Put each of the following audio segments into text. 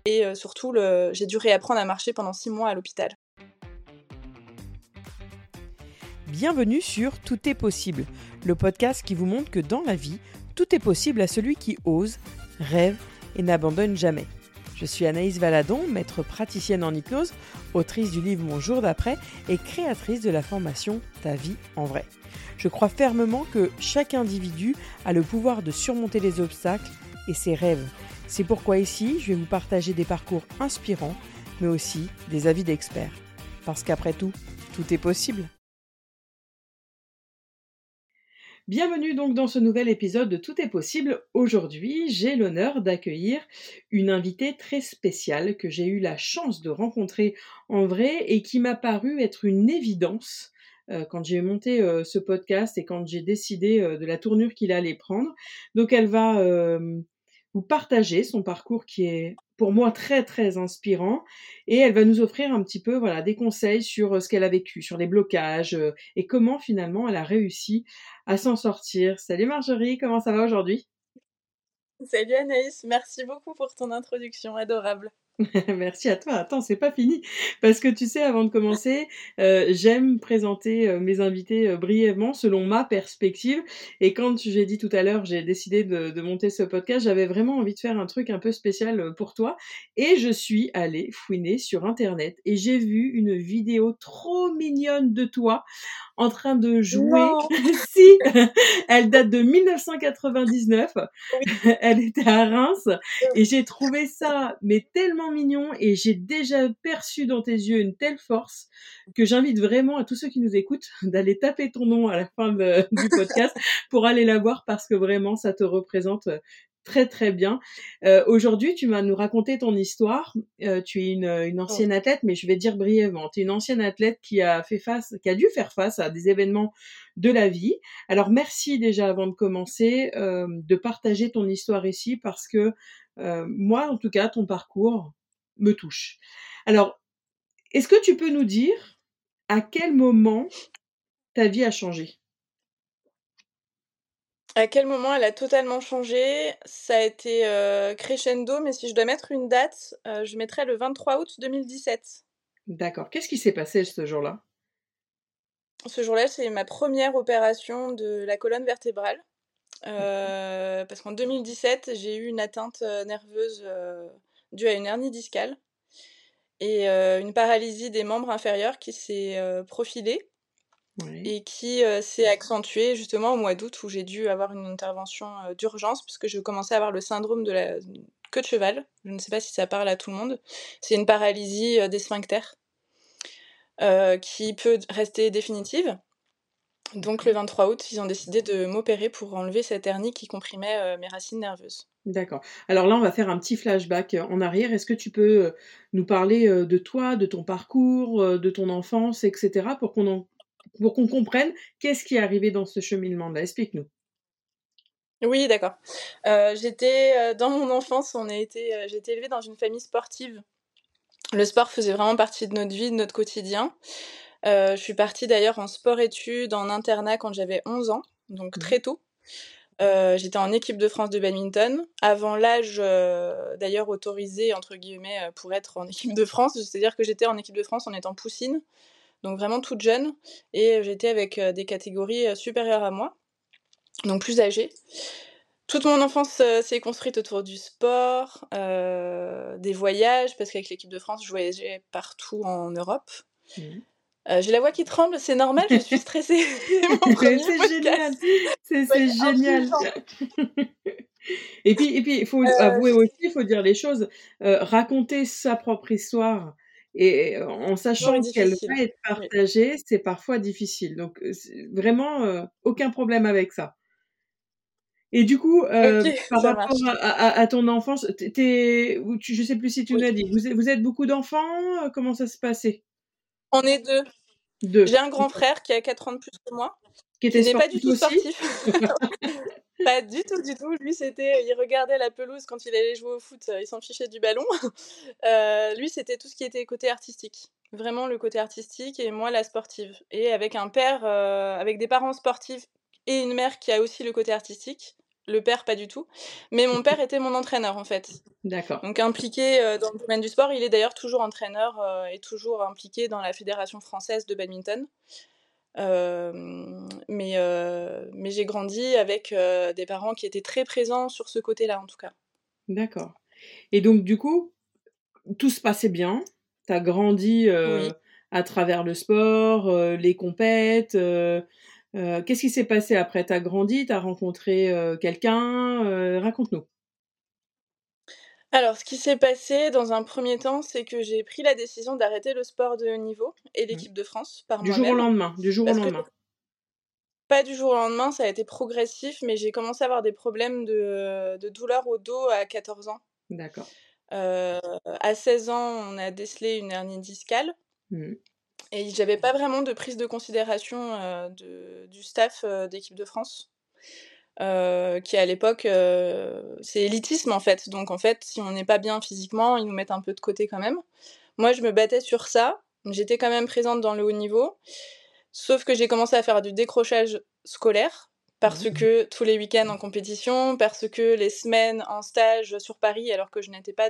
et surtout, j'ai dû réapprendre à marcher pendant 6 mois à l'hôpital. Bienvenue sur Tout est possible, le podcast qui vous montre que dans la vie, tout est possible à celui qui ose, rêve et n'abandonne jamais. Je suis Anaïs Valadon, maître praticienne en hypnose, autrice du livre Mon jour d'après et créatrice de la formation Ta vie en vrai. Je crois fermement que chaque individu a le pouvoir de surmonter les obstacles et ses rêves. C'est pourquoi ici, je vais vous partager des parcours inspirants, mais aussi des avis d'experts. Parce qu'après tout, tout est possible. Bienvenue donc dans ce nouvel épisode de Tout est possible. Aujourd'hui, j'ai l'honneur d'accueillir une invitée très spéciale que j'ai eu la chance de rencontrer en vrai et qui m'a paru être une évidence quand j'ai monté ce podcast et quand j'ai décidé de la tournure qu'il allait prendre. Donc elle va vous partager son parcours qui est pour moi très très inspirant et elle va nous offrir un petit peu des conseils sur ce qu'elle a vécu, sur les blocages et comment finalement elle a réussi à s'en sortir. Salut Marjorie, comment ça va aujourd'hui? Salut Anaïs, merci beaucoup pour ton introduction adorable. Merci à toi. Attends, c'est pas fini. Parce que tu sais, avant de commencer, j'aime présenter mes invités brièvement selon ma perspective. Et quand j'ai dit tout à l'heure, j'ai décidé de monter ce podcast, j'avais vraiment envie de faire un truc un peu spécial pour toi. Et je suis allée fouiner sur Internet et j'ai vu une vidéo trop mignonne de toi en train de jouer. Non. Si, elle date de 1999. Oui. Elle était à Reims et j'ai trouvé ça mais tellement mignon et j'ai déjà perçu dans tes yeux une telle force que j'invite vraiment à tous ceux qui nous écoutent d'aller taper ton nom à la fin du podcast pour aller la voir parce que vraiment ça te représente très très bien. Aujourd'hui, tu vas nous raconter ton histoire. Tu es une ancienne athlète, mais je vais dire brièvement. Tu es une ancienne athlète qui a dû faire face à des événements de la vie. Alors merci déjà avant de commencer de partager ton histoire ici parce que moi, en tout cas, ton parcours me touche. Alors, est-ce que tu peux nous dire à quel moment ta vie a changé? À quel moment elle a totalement changé? Ça a été, crescendo, mais si je dois mettre une date, je mettrais le 23 août 2017. D'accord. Qu'est-ce qui s'est passé ce jour-là? Ce jour-là, c'est ma première opération de la colonne vertébrale, parce qu'en 2017, j'ai eu une atteinte, nerveuse, due à une hernie discale et une paralysie des membres inférieurs qui s'est, profilée Oui. et qui, s'est accentuée justement au mois d'août où j'ai dû avoir une intervention, d'urgence puisque je commençais à avoir le syndrome de la queue de cheval. Je ne sais pas si ça parle à tout le monde. C'est une paralysie, des sphincters, qui peut rester définitive. Donc le 23 août, ils ont décidé de m'opérer pour enlever cette hernie qui comprimait, mes racines nerveuses. D'accord. Alors là, on va faire un petit flashback en arrière. Est-ce que tu peux nous parler de toi, de ton parcours, de ton enfance, etc., pour qu'on comprenne qu'est-ce qui est arrivé dans ce cheminement-là? Explique-nous. Oui, d'accord. Dans mon enfance, j'ai été élevée dans une famille sportive. Le sport faisait vraiment partie de notre vie, de notre quotidien. Je suis partie d'ailleurs en sport-études, en internat quand j'avais 11 ans, donc Mmh. très tôt. J'étais en équipe de France de badminton, avant l'âge, d'ailleurs «autorisé» entre guillemets, pour être en équipe de France. C'est-à-dire que j'étais en équipe de France en étant poussine, donc vraiment toute jeune et j'étais avec, des catégories, supérieures à moi, donc plus âgées. Toute mon enfance, s'est construite autour du sport, des voyages, parce qu'avec l'équipe de France, je voyageais partout en Europe. Mmh. J'ai la voix qui tremble, c'est normal, je suis stressée. C'est mon premier C'est génial! podcast. C'est Soyez génial! indulgents. Et puis, il faut avouer Heu, aussi, il faut dire les choses, raconter sa propre histoire et en toujours sachant qu'elle difficile. va être Oui. partagée, c'est parfois difficile. Donc, c'est vraiment, aucun problème avec ça. Et du coup, OK, par ça rapport marche. à ton enfance, tu ou je sais plus si tu Oui. nous l'as dit, vous êtes beaucoup d'enfants? Comment ça se passait? On est 2. 2. J'ai un grand frère qui a 4 ans de plus que moi, Qui qui étaient n'est pas du sportifs tout aussi? sportif. Pas du tout, du tout. Lui, il regardait la pelouse quand il allait jouer au foot, il s'en fichait du ballon. Lui, c'était tout ce qui était côté artistique. Vraiment le côté artistique et moi la sportive. Et avec un père, avec des parents sportifs et une mère qui a aussi le côté artistique. Le père, pas du tout. Mais mon père était mon entraîneur, en fait. D'accord. Donc impliqué dans le domaine du sport. Il est d'ailleurs toujours entraîneur et toujours impliqué dans la Fédération française de badminton. Mais j'ai grandi avec des parents qui étaient très présents sur ce côté-là, en tout cas. D'accord. Et donc du coup, tout se passait bien. Tu as grandi, Oui. à travers le sport, les compètes, qu'est-ce qui s'est passé après? Tu as grandi, tu as rencontré, quelqu'un? Raconte-nous. Alors, ce qui s'est passé dans un premier temps, c'est que j'ai pris la décision d'arrêter le sport de haut niveau et Mmh. l'équipe de France par Du jour au moi-même. lendemain, du jour au Parce que lendemain? pas du jour au lendemain, ça a été progressif, mais j'ai commencé à avoir des problèmes de douleurs au dos à 14 ans. D'accord. À 16 ans, on a décelé une hernie discale Mmh. et j'avais pas vraiment de prise de considération, du staff, d'équipe de France, qui à l'époque, c'est élitisme en fait. Donc en fait, si on n'est pas bien physiquement, ils nous mettent un peu de côté quand même. Moi, je me battais sur ça, j'étais quand même présente dans le haut niveau, sauf que j'ai commencé à faire du décrochage scolaire parce Mmh. que tous les week-ends en compétition, parce que les semaines en stage sur Paris alors que je n'étais pas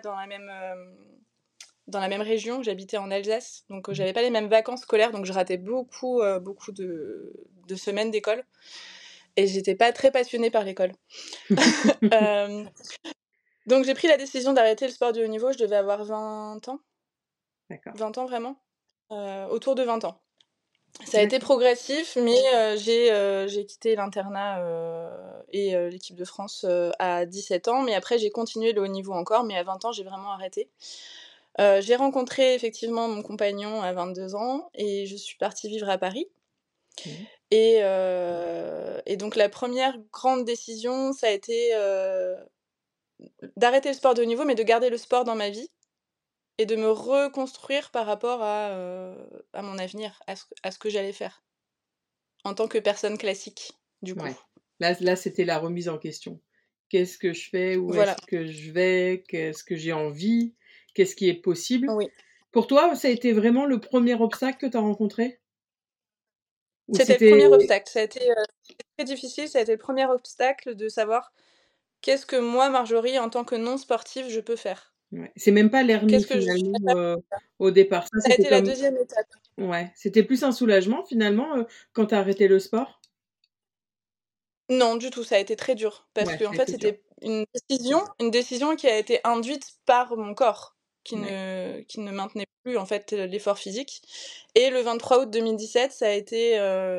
dans la même région, j'habitais en Alsace, donc j'avais pas les mêmes vacances scolaires, donc je ratais beaucoup, beaucoup de semaines d'école et j'étais pas très passionnée par l'école. Hem, donc j'ai pris la décision d'arrêter le sport de haut niveau, je devais avoir 20 ans, D'accord. 20 ans vraiment, autour de 20 ans. Ça a été D'accord. progressif, mais j'ai quitté l'internat, et l'équipe de France, à 17 ans, mais après j'ai continué le haut niveau encore, mais à 20 ans, j'ai vraiment arrêté. J'ai rencontré effectivement mon compagnon à 22 ans et je suis partie vivre à Paris Mmh. et donc la première grande décision, ça a été, d'arrêter le sport de haut niveau, mais de garder le sport dans ma vie et de me reconstruire par rapport à mon avenir, à ce que j'allais faire en tant que personne classique, du coup. Ouais. Là, c'était la remise en question. Qu'est-ce que je fais? Où est-ce Voilà, que je vais? Qu'est-ce que j'ai envie? Qu'est-ce qui est possible? oui. Pour toi, ça a été vraiment le premier obstacle que tu as rencontré? Ou C'était le c'était premier obstacle, ça a été, très difficile, ça a été le premier obstacle de savoir qu'est-ce que moi, Marjorie, en tant que non sportive, je peux faire? ouais, c'est même pas l'hernie Qu'est-ce que je suis finalement, capable de faire? au départ? Ça, Ça a c'était été la comme deuxième étape. ouais, c'était plus un soulagement finalement, quand tu as arrêté le sport? Non, du tout, ça a été très dur parce Ouais, qu'en ça a fait, été dur. c'était une décision qui a été induite par mon corps, Ouais. qui ne maintenait plus, en fait, l'effort physique et le 23 août 2017, ça a été,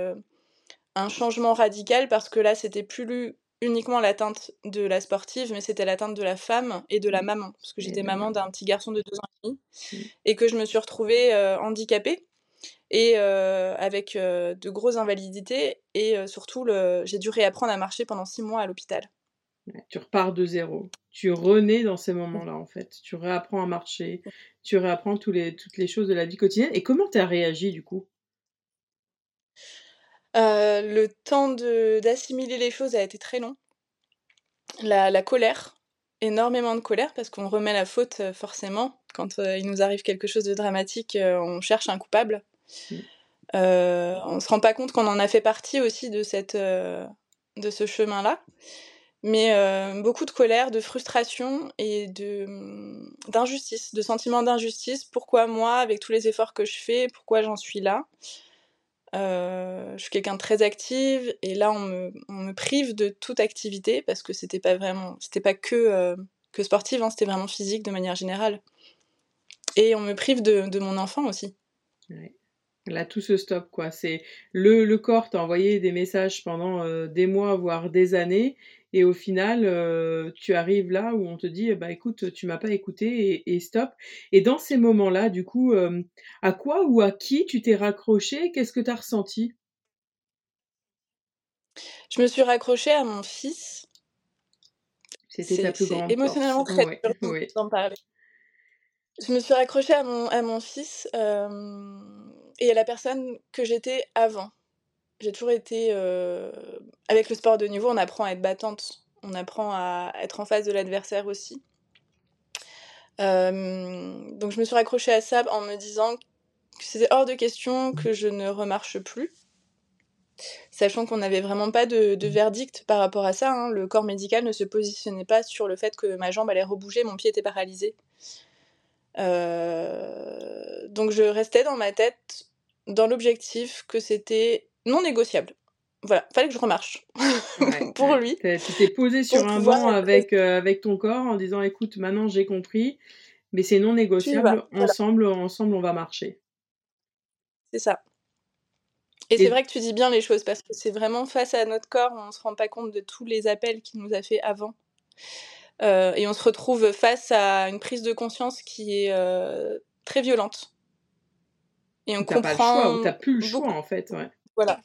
un changement radical parce que là, c'était plus uniquement l'atteinte de la sportive, mais c'était l'atteinte de la femme et de la Mmh. maman. Parce que Et j'étais de maman d'un petit garçon de 2 ans et demi mmh. et que je me suis retrouvée, handicapée et avec, de grosses invalidités et surtout j'ai dû réapprendre à marcher pendant 6 mois à l'hôpital. Ouais, tu repars de zéro. Tu renais dans ces moments-là, en fait. Tu réapprends à marcher, tu réapprends toutes les choses de la vie quotidienne et comment tu as réagi du coup? Le temps d'assimiler les choses a été très long. La colère, énormément de colère parce qu'on remet la faute, forcément. Quand, il nous arrive quelque chose de dramatique, on cherche un coupable. Mmh. On se rend pas compte qu'on en a fait partie aussi de ce chemin-là. Mais beaucoup de colère, de frustration et d'injustice, de sentiment d'injustice. Pourquoi moi, avec tous les efforts que je fais, pourquoi j'en suis là? Je suis quelqu'un de très active et là on me prive de toute activité parce que c'était pas que sportive, hein, c'était vraiment physique de manière générale et on me prive de mon enfant aussi. Ouais. Là, tout se stoppe, quoi. C'est le corps t'a envoyé des messages pendant, des mois, voire des années et au final, tu arrives là où on te dit: «Bah, écoute, tu m'as pas écouté et stop» et dans ces moments-là, du coup, à quoi ou à qui tu t'es raccroché? Qu'est-ce que tu as ressenti? Je me suis raccrochée à mon fils, C'était ta plus c'est grande force. émotionnellement très Ouais, dur ouais. d'en parler. Je me suis raccrochée à mon fils, et à la personne que j'étais avant. J'ai toujours été, avec le sport de haut niveau, on apprend à être battante, on apprend à être en face de l'adversaire aussi. Donc je me suis raccrochée à ça en me disant que c'était hors de question que je ne remarche plus. Sachant qu'on n'avait vraiment pas de verdict par rapport à ça, hein. Le corps médical ne se positionnait pas sur le fait que ma jambe allait rebouger, mon pied était paralysé. Donc je restais dans ma tête, dans l'objectif que c'était non négociable. Voilà, fallait que je remarche Ouais, pour ouais. lui, Tu t'es posée pour sur un pouvoir banc être présente. avec ton corps en disant: «Écoute, maintenant j'ai compris, mais c'est non Tu y vas, négociable, voilà, ensemble on va marcher». c'est ça. Et c'est Et vrai que tu dis bien les choses, parce que c'est vraiment face à notre corps, on se rend pas compte de tous les appels qu'il nous a fait avant. Et on se retrouve face à une prise de conscience qui est très violente. Et on où tu pas le choix, où tu comprend plus le choix, beaucoup. en fait, ouais. Voilà.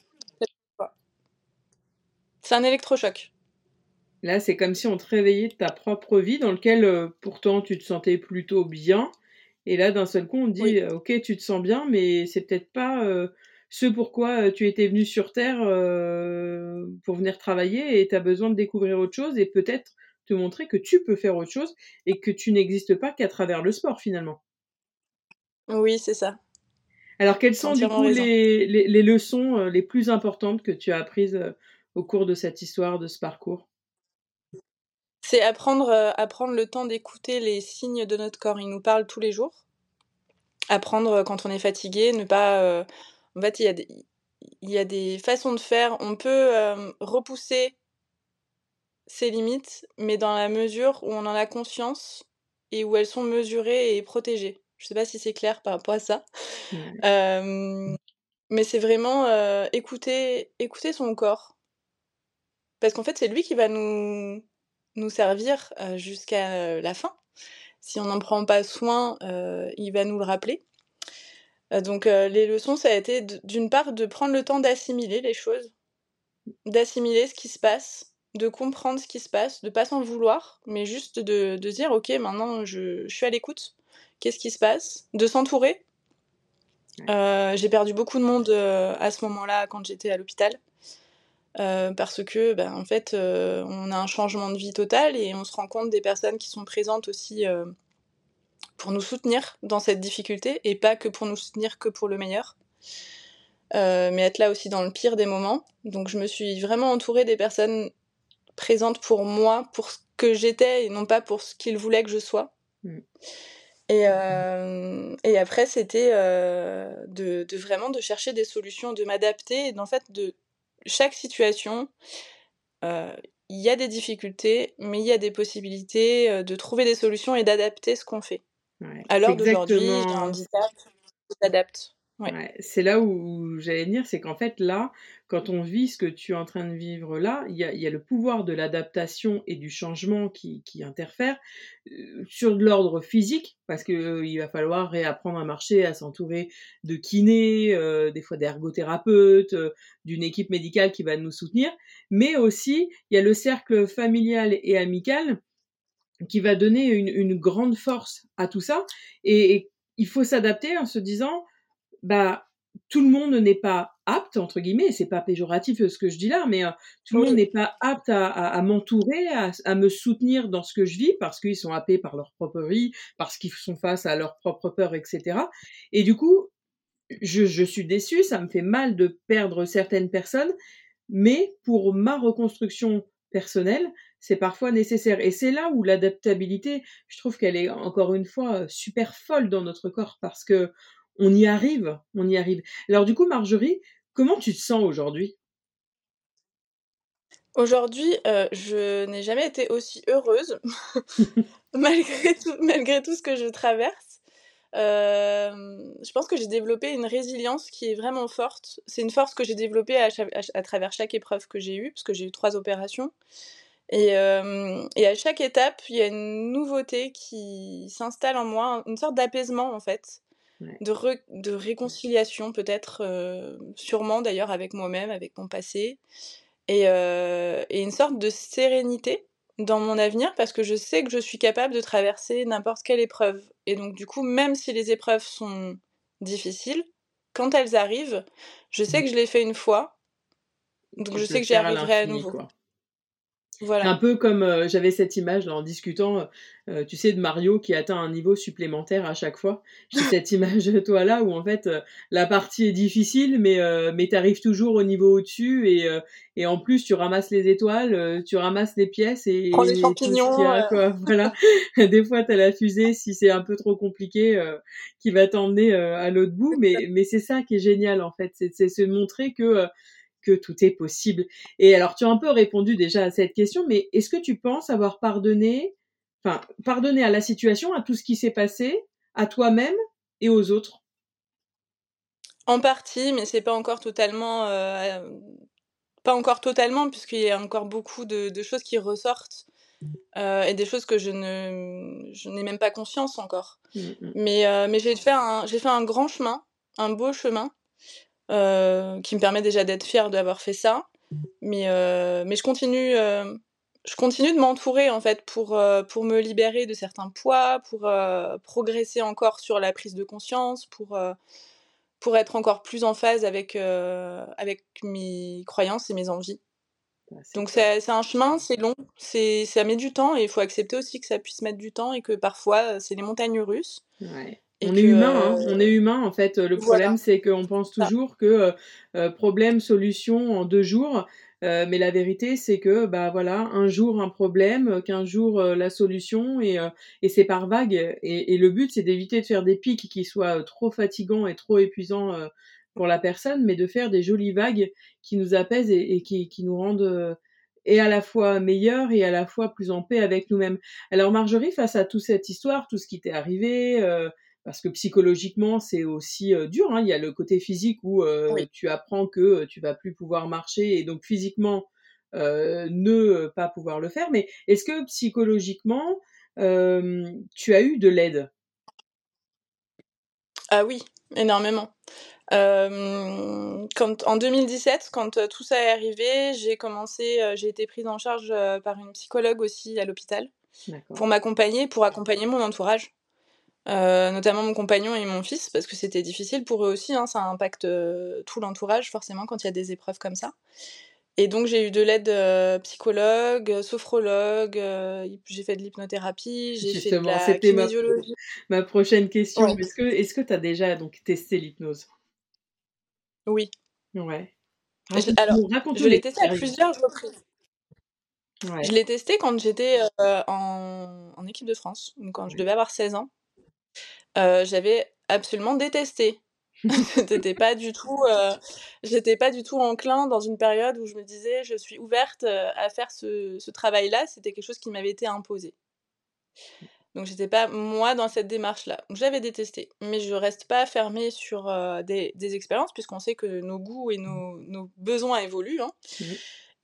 C'est un électrochoc. Là, c'est comme si on te réveillait de ta propre vie dans lequel, pourtant tu te sentais plutôt bien et là, d'un seul coup, on te Oui. dit: «OK, tu te sens bien, mais c'est peut-être pas, ce pourquoi, tu étais venu sur terre, pour venir travailler et tu as besoin de découvrir autre chose et peut-être te montrer que tu peux faire autre chose et que tu n'existes pas qu'à travers le sport, finalement». Oui, c'est ça. Alors quelles Tu as sont du entièrement coup raison. les leçons, les plus importantes que tu as apprises, au cours de cette histoire, de ce parcours? C'est apprendre le temps d'écouter les signes de notre corps. Il nous parle tous les jours. Apprendre, quand on est fatigué, ne pas, en fait, il y a des façons de faire. On peut, repousser ses limites, mais dans la mesure où on en a conscience et où elles sont mesurées et protégées. Je sais pas si c'est clair par rapport à ça. Ouais. Hem, mais c'est vraiment, écouter son corps. Parce qu'en fait, c'est lui qui va nous servir, jusqu'à, la fin. Si on n'en prend pas soin, il va nous le rappeler. Donc les leçons, ça a été d'une part de prendre le temps d'assimiler les choses, d'assimiler ce qui se passe, de comprendre ce qui se passe, de pas s'en vouloir, mais juste de se dire: «OK, maintenant je suis à l'écoute. Qu'est-ce qui se passe?» De s'entourer. Ouais. J'ai perdu beaucoup de monde, à ce moment-là, quand j'étais à l'hôpital, parce que, ben, en fait, on a un changement de vie total et on se rend compte des personnes qui sont présentes aussi, pour nous soutenir dans cette difficulté et pas que pour nous soutenir que pour le meilleur. Mais être là aussi dans le pire des moments. Donc je me suis vraiment entourée des personnes présentes pour moi, pour ce que j'étais et non pas pour ce qu'ils voulaient que je sois. Mmh. Et après c'était, de vraiment de chercher des solutions, de m'adapter et d'en fait de chaque situation, heu, il y a des difficultés, mais il y a des possibilités, de trouver des solutions et d'adapter ce qu'on fait. Ouais. À C'est l'heure d'aujourd'hui, j'ai un exactement handicap, je m'adapte. Ouais. ouais, c'est là où j'allais venir, c'est qu'en fait, là, quand on vit ce que tu es en train de vivre là, il y a le pouvoir de l'adaptation et du changement qui interfère, sur de l'ordre physique, parce que, il va falloir réapprendre à marcher, à s'entourer de kinés, des fois d'ergothérapeutes, d'une équipe médicale qui va nous soutenir. Mais aussi, il y a le cercle familial et amical qui va donner une grande force à tout ça et il faut s'adapter en se disant: bah, tout le monde n'est pas «apte» entre guillemets, c'est pas péjoratif, ce que je dis là, mais, tout le monde Oui, n'est pas apte à m'entourer, à me soutenir dans ce que je vis parce qu'ils sont happés par leur propre vie, parce qu'ils sont face à leurs propres peurs et cetera et du coup, je suis déçue, ça me fait mal de perdre certaines personnes, mais pour ma reconstruction personnelle, c'est parfois nécessaire et c'est là où l'adaptabilité, je trouve qu'elle est encore une fois, super folle dans notre corps parce qu'on y arrive, on y arrive. Alors du coup, Marjorie, comment tu te sens aujourd'hui? aujourd'hui, je n'ai jamais été aussi heureuse malgré tout ce que je traverse. Je pense que j'ai développé une résilience qui est vraiment forte. C'est une force que j'ai développée à travers chaque épreuve que j'ai eue, parce que j'ai eu 3 opérations et à chaque étape, il y a une nouveauté qui s'installe en moi, une sorte d'apaisement, en fait, Ouais, de réconciliation peut-être, sûrement d'ailleurs avec moi-même, avec mon passé et une sorte de sérénité dans mon avenir parce que je sais que je suis capable de traverser n'importe quelle épreuve et donc du coup, même si les épreuves sont difficiles, quand elles arrivent, je sais que je l'ai fait une fois, donc tu je peux sais le que j'y faire à arriverai à l'infini, nouveau. quoi. C'est un Voilà. peu comme j'avais cette image là, en discutant, tu sais, de Mario qui atteint un niveau supplémentaire à chaque fois. J'ai cette image de toi là où en fait la partie est difficile, mais tu arrives toujours au niveau au-dessus et en plus tu ramasses les étoiles, tu ramasses les pièces Prends les et tout ce qu'il y champignons. a quoi. Voilà. Des fois tu as la fusée si c'est un peu trop compliqué qui va t'emmener à l'autre bout, mais c'est ça qui est génial en fait, c'est se montrer que tout est possible. Et alors, tu as un peu répondu déjà à cette question, mais est-ce que tu penses avoir pardonné à la situation, à tout ce qui s'est passé, à toi-même et aux autres? En partie, mais c'est pas encore totalement puisqu'il y a encore beaucoup de choses qui ressortent, et des choses que je n'ai même pas conscience encore. Mmh mh. Mais j'ai fait un grand chemin, un beau chemin, qui me permet déjà d'être fière d'avoir fait ça. Mais je continue de m'entourer, en fait, pour me libérer de certains poids, pour, progresser encore sur la prise de conscience, pour être encore plus en phase avec mes croyances et mes envies. Ah, c'est Donc top. c'est un chemin, c'est long, ça met du temps et il faut accepter aussi que ça puisse mettre du temps et que parfois, c'est les montagnes russes Ouais. et On est que, humain, hein, on est humain en fait, le voilà, problème c'est qu'on pense ça. toujours que, problème, solution en 2 jours, mais la vérité c'est que, bah, voilà, un jour un problème, 15 jours, la solution et c'est par vague et le but c'est d'éviter de faire des pics qui soient, trop fatigants et trop épuisants, pour la personne, mais de faire des jolies vagues qui nous apaisent et qui nous rendent, et à la fois meilleurs et à la fois plus en paix avec nous-mêmes. Alors Marjorie, face à toute cette histoire, tout ce qui t'est arrivé, parce que psychologiquement, c'est aussi, dur, hein. Il y a le côté physique où, Oui. tu apprends que, tu vas plus pouvoir marcher et donc physiquement, pas pouvoir le faire. Mais est-ce que psychologiquement, tu as eu de l'aide? Ah oui, énormément. Quand en 2017, quand, tout ça est arrivé, j'ai été prise en charge, par une psychologue aussi à l'hôpital, D'accord. pour accompagner mon entourage, notamment mon compagnon et mon fils, parce que c'était difficile pour eux aussi, hein, ça impacte, tout l'entourage forcément quand il y a des épreuves comme ça. Et donc j'ai eu de l'aide, psychologue, sophrologue, j'ai fait de l'hypnothérapie, j'ai fait de Justement, la c'était kinésiologie. ma prochaine question. Ouais, Est-ce que tu as déjà donc testé l'hypnose? oui. Ouais. Alors, Raconte-nous je raconte-nous l'ai testé à l'expérience. plusieurs reprises. Je Ouais, l'ai testé quand j'étais, en équipe de France, donc quand je ouais. devais avoir 16 ans. J'avais absolument détesté. C'était pas du tout, j'étais pas du tout enclin dans une période où je me disais: «Je suis ouverte, à faire ce travail-là». C'était quelque chose qui m'avait été imposé. Donc j'étais pas, moi, dans cette démarche-là. Donc j'avais détesté. Mais je reste pas fermée sur, des expériences puisqu'on sait que nos goûts et nos besoins évoluent, hein. Mmh.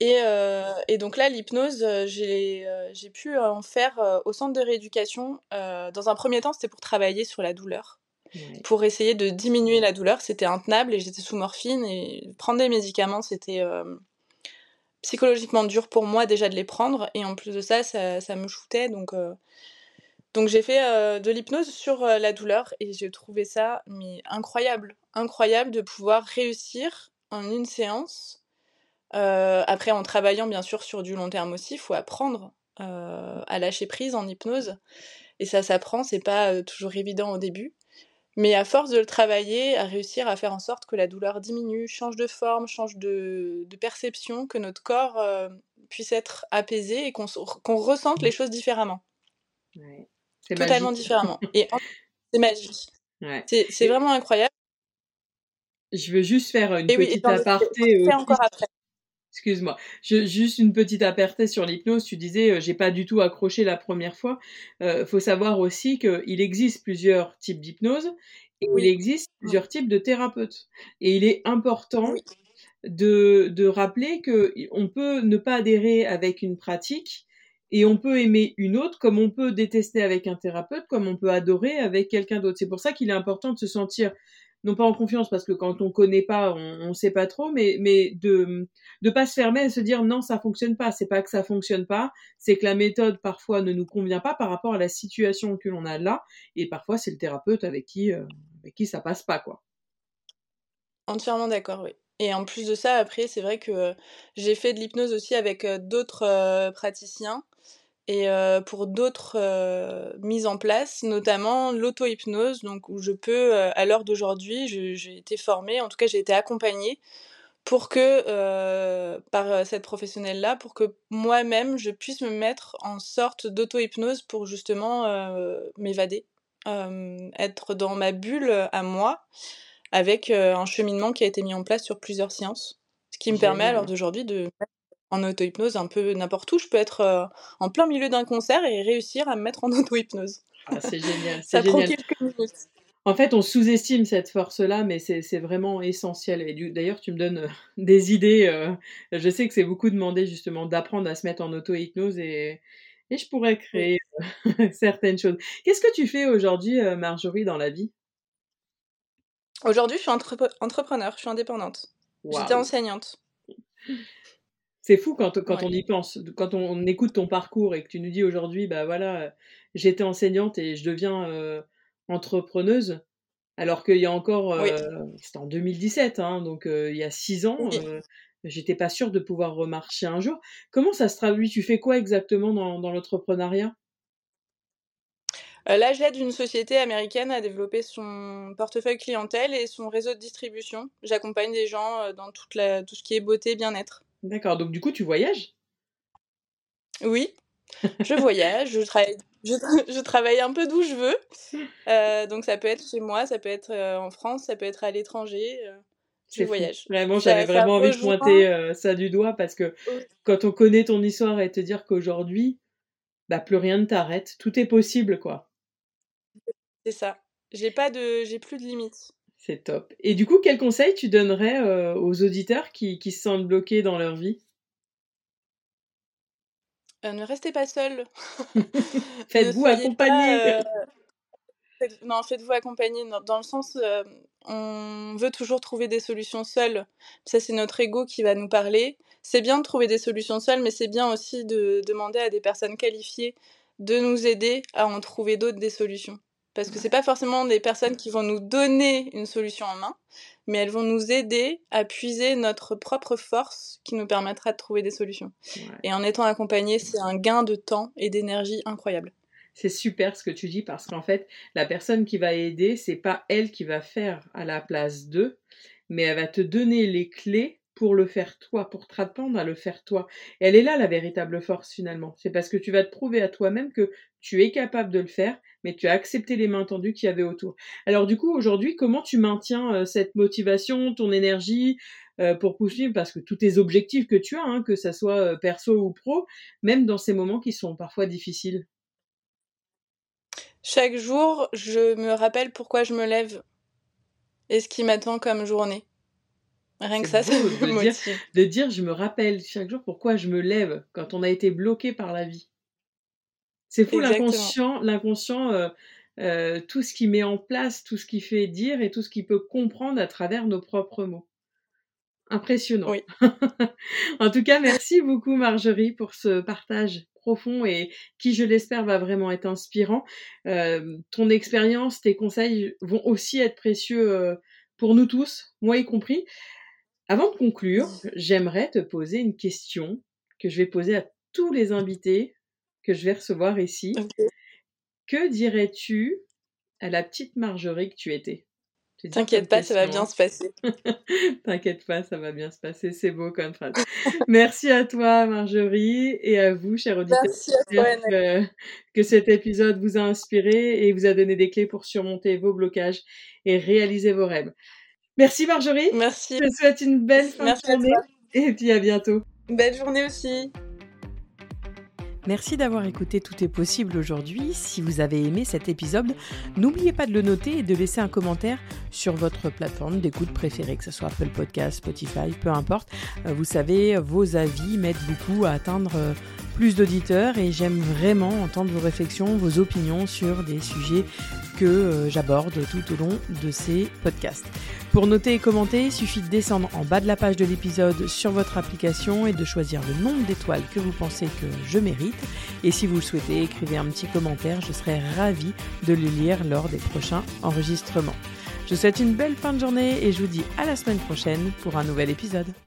Et donc là, l'hypnose, j'ai pu en faire, au centre de rééducation. Dans un premier temps, c'était pour travailler sur la douleur, Ouais. pour essayer de diminuer la douleur. C'était intenable et j'étais sous morphine et prendre des médicaments, c'était, psychologiquement dur pour moi déjà de les prendre et en plus de ça, ça me shootait donc j'ai fait, de l'hypnose sur, la douleur et j'ai trouvé ça mais incroyable, incroyable de pouvoir réussir en une séance. Après en travaillant bien sûr sur du long terme aussi, il faut apprendre, à lâcher prise en hypnose et ça s'apprend, c'est pas, toujours évident au début. Mais à force de le travailler, à réussir à faire en sorte que la douleur diminue, change de forme, change de perception, que notre corps, puisse être apaisé et qu'on ressente les choses différemment, Ouais. C'est totalement magique. différemment c'est magique. Ouais. C'est vraiment incroyable Je veux juste faire une et oui et petite j'en ai aparté fait aussi. encore après. Excuse-moi. Juste une petite aparté sur l'hypnose. Tu disais, j'ai pas du tout accroché la première fois. Faut savoir aussi qu'il existe plusieurs types d'hypnose et il Oui. existe Mmh. plusieurs types de thérapeutes et il est important Oui. de rappeler qu'on peut ne pas adhérer avec une pratique et on peut aimer une autre, comme on peut détester avec un thérapeute, comme on peut adorer avec quelqu'un d'autre. C'est pour ça qu'il est important de se sentir, non pas en confiance, parce que quand on connaît pas, on sait pas trop, mais de pas se fermer à se dire non, ça fonctionne pas. C'est pas que ça fonctionne pas, c'est que la méthode parfois ne nous convient pas par rapport à la situation que l'on a là, et parfois c'est le thérapeute avec qui ça passe pas, quoi. Entièrement d'accord, oui. Et en plus de ça, après, c'est vrai que j'ai fait de l'hypnose aussi avec d'autres praticiens et pour d'autres mises en place, notamment l'auto-hypnose, donc où je peux, à l'heure d'aujourd'hui, j'ai été formée, en tout cas j'ai été accompagnée pour que, par cette professionnelle-là, pour que moi-même je puisse me mettre en sorte d'auto-hypnose pour justement, m'évader, être dans ma bulle, à moi, avec, un cheminement qui a été mis en place sur plusieurs séances. Ce qui me permet à l'heure Génial. d'aujourd'hui de me mettre en auto-hypnose un peu n'importe où. Je peux être, en plein milieu d'un concert et réussir à me mettre en auto-hypnose. Ah, c'est génial, c'est Ça prend génial. quelques minutes. En fait, on sous-estime cette force-là, mais c'est vraiment essentiel et d'ailleurs, tu me donnes, des idées, je sais que c'est beaucoup demandé justement d'apprendre à se mettre en auto-hypnose et je pourrais Oui. créer, certaines choses. Qu'est-ce que tu fais aujourd'hui, Marjorie, dans la vie? Aujourd'hui, je suis entrepreneur, je suis indépendante. J'étais Waouh! enseignante. C'est fou quand Ouais. on y pense, quand on écoute ton parcours et que tu nous dis aujourd'hui: «Bah, voilà, j'étais enseignante et je deviens, entrepreneuse». Alors qu'il y a encore, Oui. c'était en 2017, hein, donc il y a 6 ans, Oui. j'étais pas sûre de pouvoir remarcher un jour. Comment ça se traduit? Tu fais quoi exactement dans l'entrepreneuriat? Là, j'aide une société américaine à développer son portefeuille clientèle et son réseau de distribution. J'accompagne des gens, dans tout ce qui est beauté, bien-être. D'accord, donc du coup, tu voyages? Oui, je voyage, je je travaille un peu d'où je veux, donc ça peut être chez moi, ça peut être, en France, ça peut être à l'étranger, je C'est fou. voyage. Vraiment, j'avais Ça vraiment envie de rejoint pointer, ça du doigt parce que oui, quand on connaît ton histoire et te dire qu'aujourd'hui, bah, plus rien ne t'arrête, tout est possible, quoi. c'est ça. J'ai plus de limites. C'est top et du coup, quel conseil tu donnerais, aux auditeurs qui se sentent bloqués dans leur vie? Ne restez pas seul. Ne Faites-vous soyez accompagner! pas, faites-vous accompagner dans le sens, on veut toujours trouver des solutions seuls. Ça, c'est notre ego qui va nous parler. C'est bien de trouver des solutions seuls, mais c'est bien aussi de demander à des personnes qualifiées de nous aider à en trouver d'autres des solutions. Parce que c'est pas forcément des personnes qui vont nous donner une solution en main, mais elles vont nous aider à puiser notre propre force qui nous permettra de trouver des solutions. Ouais. Et en étant accompagné, c'est un gain de temps et d'énergie incroyable. C'est super ce que tu dis parce qu'en fait, la personne qui va aider, c'est pas elle qui va faire à la place d'eux, mais elle va te donner les clés pour le faire toi, pour t'apprendre à le faire toi. Et elle est là la véritable force finalement. C'est parce que tu vas te prouver à toi-même que tu es capable de le faire, mais tu as accepté les mains tendues qu'il y avait autour. Alors du coup, aujourd'hui, comment tu maintiens, cette motivation, ton énergie, pour poursuivre parce que tous tes objectifs que tu as, hein, que ça soit, perso ou pro, même dans ces moments qui sont parfois difficiles? Chaque jour, je me rappelle pourquoi je me lève et ce qui m'attend comme journée. Rien que C'est ça beau me motive. de dire: «Je me rappelle chaque jour pourquoi je me lève», quand on a été bloqué par la vie. C'est fou Exactement. l'inconscient, tout ce qu'il met en place, tout ce qu'il fait dire et tout ce qu'il peut comprendre à travers nos propres mots. Impressionnant. Oui. En tout cas, merci beaucoup Marjorie pour ce partage profond et qui, je l'espère, va vraiment être inspirant. Ton expérience, tes conseils vont aussi être précieux, pour nous tous, moi y compris. Avant de conclure, j'aimerais te poser une question que je vais poser à tous les invités que je vais recevoir ici. OK. Que dirais-tu à la petite Marjorie que tu étais? C'est dur comme T'inquiète pas, ça va question, bien hein? se passer. T'inquiète pas, ça va bien se passer, c'est beau comme phrase. Merci à toi Marjorie et à vous, chers auditeurs. Merci à toi, J'espère Annelle. que cet épisode vous a inspiré et vous a donné des clés pour surmonter vos blocages et réaliser vos rêves. Merci Marjorie, Merci. je te souhaite une belle fin de Merci à journée toi. et puis à bientôt. Belle journée aussi. Merci d'avoir écouté Tout est possible aujourd'hui. Si vous avez aimé cet épisode, n'oubliez pas de le noter et de laisser un commentaire sur votre plateforme d'écoute préférée, que ce soit Apple Podcast, Spotify, peu importe. Vous savez, vos avis m'aident beaucoup à atteindre plus d'auditeurs et j'aime vraiment entendre vos réflexions, vos opinions sur des sujets que j'aborde tout au long de ces podcasts. Pour noter et commenter, il suffit de descendre en bas de la page de l'épisode sur votre application et de choisir le nombre d'étoiles que vous pensez que je mérite. Et si vous le souhaitez, écrivez un petit commentaire, je serai ravie de le lire lors des prochains enregistrements. Je vous souhaite une belle fin de journée et je vous dis à la semaine prochaine pour un nouvel épisode.